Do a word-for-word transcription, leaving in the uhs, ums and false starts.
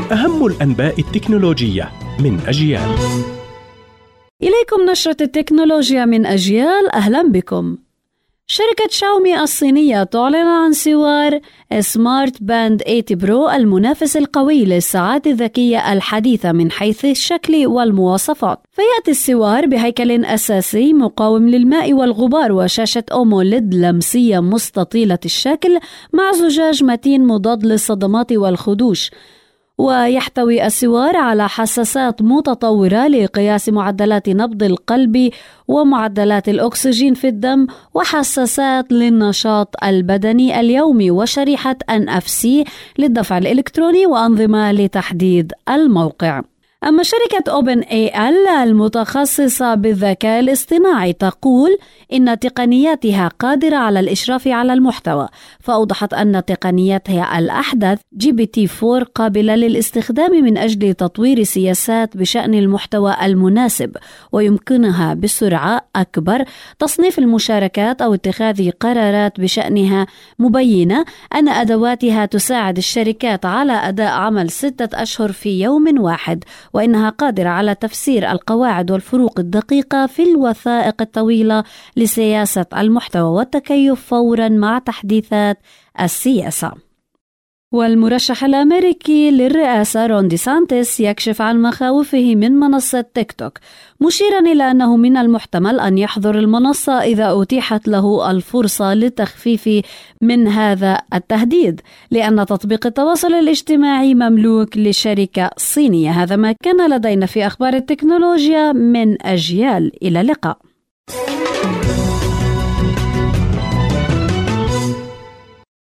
أهم الأنباء التكنولوجية من أجيال. إليكم نشرة التكنولوجيا من أجيال، أهلا بكم. شركة شاومي الصينية تعلن عن سوار سمارت باند ثمانين برو المنافس القوي للساعات الذكية الحديثة من حيث الشكل والمواصفات. فيأتي السوار بهيكل أساسي مقاوم للماء والغبار وشاشة أوموليد لمسية مستطيلة الشكل مع زجاج متين مضاد للصدمات والخدوش. ويحتوي السوار على حساسات متطورة لقياس معدلات نبض القلب ومعدلات الأكسجين في الدم، وحساسات للنشاط البدني اليومي، وشريحة إن إف سي للدفع الإلكتروني، وأنظمة لتحديد الموقع. أما شركة أوبن إيه إل المتخصصة بالذكاء الاصطناعي تقول إن تقنياتها قادرة على الإشراف على المحتوى، فأوضحت أن تقنياتها الأحدث جي بي تي أربعة قابلة للاستخدام من أجل تطوير سياسات بشأن المحتوى المناسب، ويمكنها بسرعة أكبر تصنيف المشاركات أو اتخاذ قرارات بشأنها، مبينة أن أدواتها تساعد الشركات على أداء عمل ستة أشهر في يوم واحد، وإنها قادرة على تفسير القواعد والفروق الدقيقة في الوثائق الطويلة لسياسة المحتوى والتكيف فوراً مع تحديثات السياسة. والمرشح الأمريكي للرئاسة رون دي سانتيس يكشف عن مخاوفه من منصة تيك توك، مشيراً إلى أنه من المحتمل أن يحظر المنصة إذا أتيحت له الفرصة للتخفيف من هذا التهديد، لأن تطبيق التواصل الاجتماعي مملوك لشركة صينية. هذا ما كان لدينا في أخبار التكنولوجيا من أجيال، إلى اللقاء.